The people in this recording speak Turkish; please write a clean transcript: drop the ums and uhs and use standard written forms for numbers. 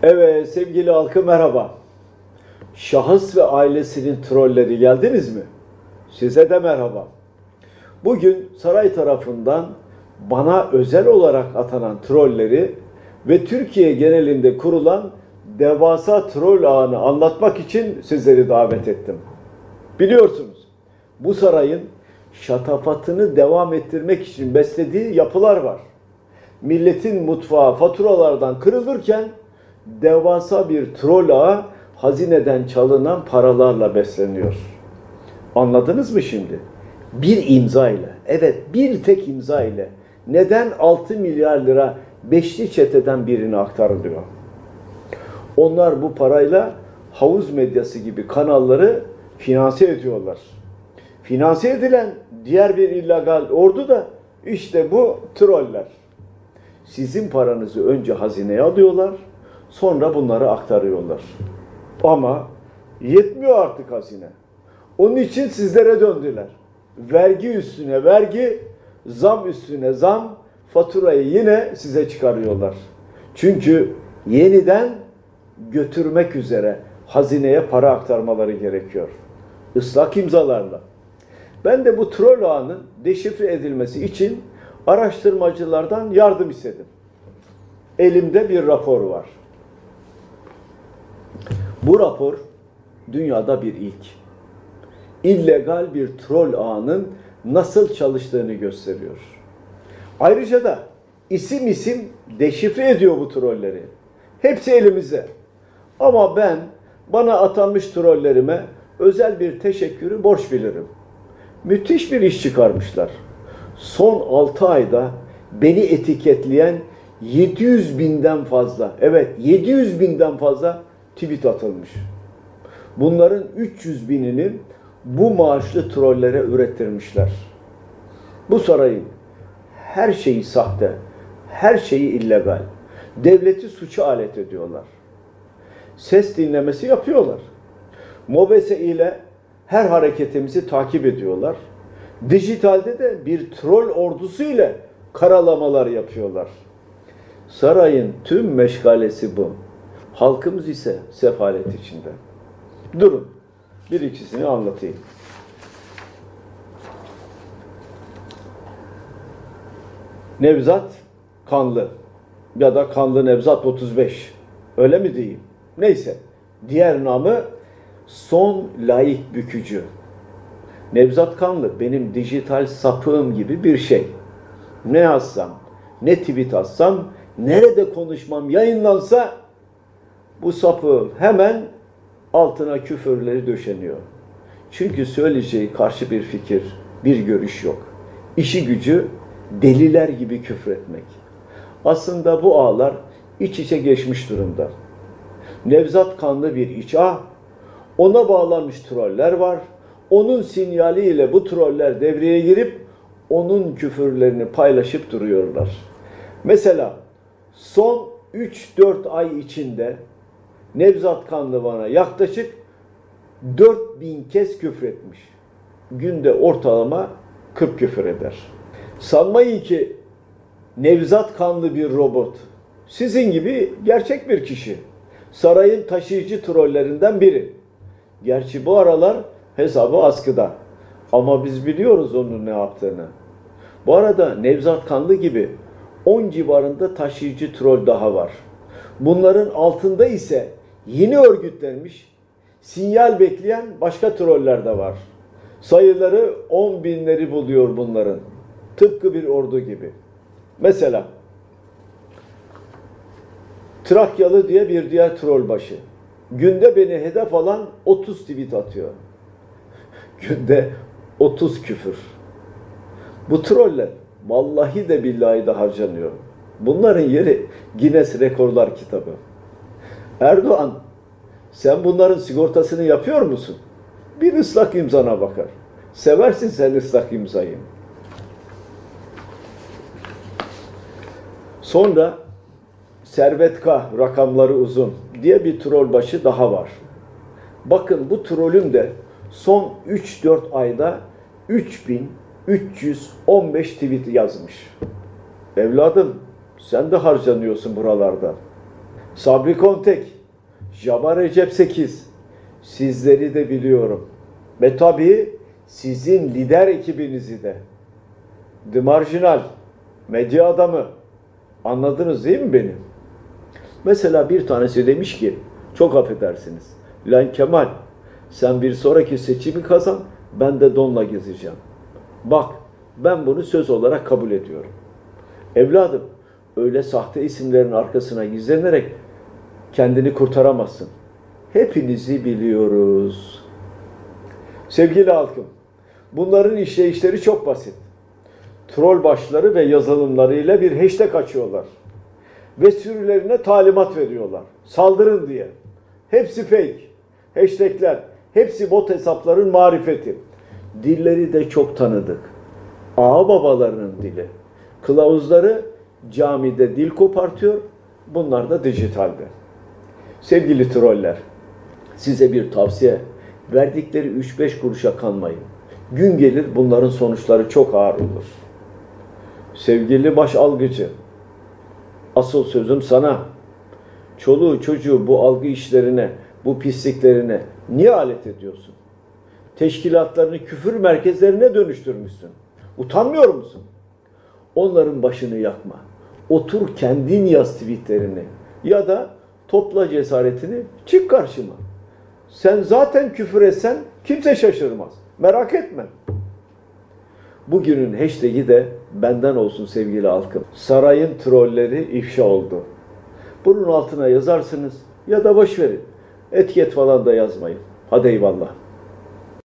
Evet sevgili halkı merhaba. Şahıs ve ailesinin trolleri geldiniz mi? Size de merhaba. Bugün saray tarafından bana özel olarak atanan trolleri ve Türkiye genelinde kurulan devasa troll ağını anlatmak için sizleri davet ettim. Biliyorsunuz bu sarayın şatafatını devam ettirmek için beslediği yapılar var. Milletin mutfağı faturalardan kırılırken devasa bir troll ağı hazineden çalınan paralarla besleniyor. Anladınız mı şimdi? Bir imza ile, evet bir tek imza ile neden 6 milyar lira beşli çeteden birine aktarılıyor? Onlar bu parayla havuz medyası gibi kanalları finanse ediyorlar. Finanse edilen diğer bir illegal ordu da işte bu troller. Sizin paranızı önce hazineye alıyorlar, sonra bunları aktarıyorlar. Ama yetmiyor artık hazine. Onun için sizlere döndüler. Vergi üstüne vergi, zam üstüne zam, faturayı yine size çıkarıyorlar. Çünkü yeniden götürmek üzere hazineye para aktarmaları gerekiyor. Islak imzalarla. Ben de bu troll ağının deşifre edilmesi için araştırmacılardan yardım istedim. Elimde bir rapor var. Bu rapor dünyada bir ilk. İllegal bir troll ağının nasıl çalıştığını gösteriyor. Ayrıca da isim isim deşifre ediyor bu trolleri. Hepsi elimizde. Ama ben bana atanmış trollerime özel bir teşekkürü borç bilirim. Müthiş bir iş çıkarmışlar. Son 6 ayda beni etiketleyen 700 binden fazla, evet 700 binden fazla tweet atılmış. Bunların 300 binini bu maaşlı trollere ürettirmişler. Bu sarayın her şeyi sahte, her şeyi illegal. Devleti suça alet ediyorlar. Ses dinlemesi yapıyorlar. MOBESE ile her hareketimizi takip ediyorlar. Dijitalde de bir troll ordusu ile karalamalar yapıyorlar. Sarayın tüm meşgalesi bu. Halkımız ise sefalet içinde. Durun, bir ikisini anlatayım. Nevzat Kanlı ya da Kanlı Nevzat 35. Öyle mi diyeyim? Neyse. Diğer namı Son Layık Bükücü. Nevzat Kanlı benim dijital sapığım gibi bir şey. Ne yazsam, ne tweet atsam, nerede konuşmam yayınlansa bu sapığım hemen altına küfürleri döşeniyor. Çünkü söyleyeceği karşı bir fikir, bir görüş yok. İşi gücü deliler gibi küfretmek. Aslında bu ağlar iç içe geçmiş durumda. Nevzat Kanlı bir iç ağ, ona bağlanmış troller var. Onun sinyaliyle bu troller devreye girip onun küfürlerini paylaşıp duruyorlar. Mesela son 3-4 ay içinde Nevzat Kanlı bana yaklaşık 4000 kez küfretmiş. Günde ortalama 40 küfür eder. Sanmayın ki Nevzat Kanlı bir robot. Sizin gibi gerçek bir kişi. Sarayın taşıyıcı trollerinden biri. Gerçi bu aralar hesabı askıda. Ama biz biliyoruz onun ne yaptığını. Bu arada Nevzat Kanlı gibi 10 civarında taşıyıcı troll daha var. Bunların altında ise yeni örgütlenmiş, sinyal bekleyen başka troller de var. Sayıları 10 binleri buluyor bunların. Tıpkı bir ordu gibi. Mesela Trakyalı diye bir diğer troll başı. Günde beni hedef alan 30 tweet atıyor. Günde 30 küfür. Bu troller vallahi de billahi de harcanıyor. Bunların yeri Guinness Rekorlar kitabı. Erdoğan, sen bunların sigortasını yapıyor musun? Bir ıslak imzana bakar. Seversin sen ıslak imzayı. Sonra Servet K. rakamları uzun diye bir troll başı daha var. Bakın bu trollüm de son 3-4 ayda 3315 tweet yazmış. Evladım sen de harcanıyorsun buralarda. Sabri Kontek, Jaba Recep Sekiz, sizleri de biliyorum. Ve tabii sizin lider ekibinizi de. The Marginal, Medya Adamı. Anladınız değil mi beni? Mesela bir tanesi demiş ki, çok affedersiniz. Lan Kemal, sen bir sonraki seçimi kazan, ben de donla gezeceğim. Bak, ben bunu söz olarak kabul ediyorum. Evladım, öyle sahte isimlerin arkasına gizlenerek kendini kurtaramazsın. Hepinizi biliyoruz. Sevgili halkım, bunların işleyişleri çok basit. Troll başları ve yazılımlarıyla bir hashtag açıyorlar. Ve sürülerine talimat veriyorlar. Saldırın diye. Hepsi fake. Hashtagler, hepsi bot hesapların marifeti. Dilleri de çok tanıdık. Ağa babalarının dili. Kılavuzları camide dil kopartıyor. Bunlar da dijitalde. Sevgili troller, size bir tavsiye. Verdikleri 3-5 kuruşa kanmayın. Gün gelir bunların sonuçları çok ağır olur. Sevgili baş algıcı, asıl sözüm sana. Çoluğu çocuğu bu algı işlerine, bu pisliklerine niye alet ediyorsun? Teşkilatlarını küfür merkezlerine dönüştürmüşsün. Utanmıyor musun? Onların başını yakma. Otur kendin yaz tweetlerini. Ya da topla cesaretini, çık karşıma. Sen zaten küfür etsen kimse şaşırmaz. Merak etme. Bugünün hashtag'i de benden olsun sevgili halkım. Sarayın trolleri ifşa oldu. Bunun altına yazarsınız ya da boş verin. Etiket falan da yazmayın. Hadi eyvallah.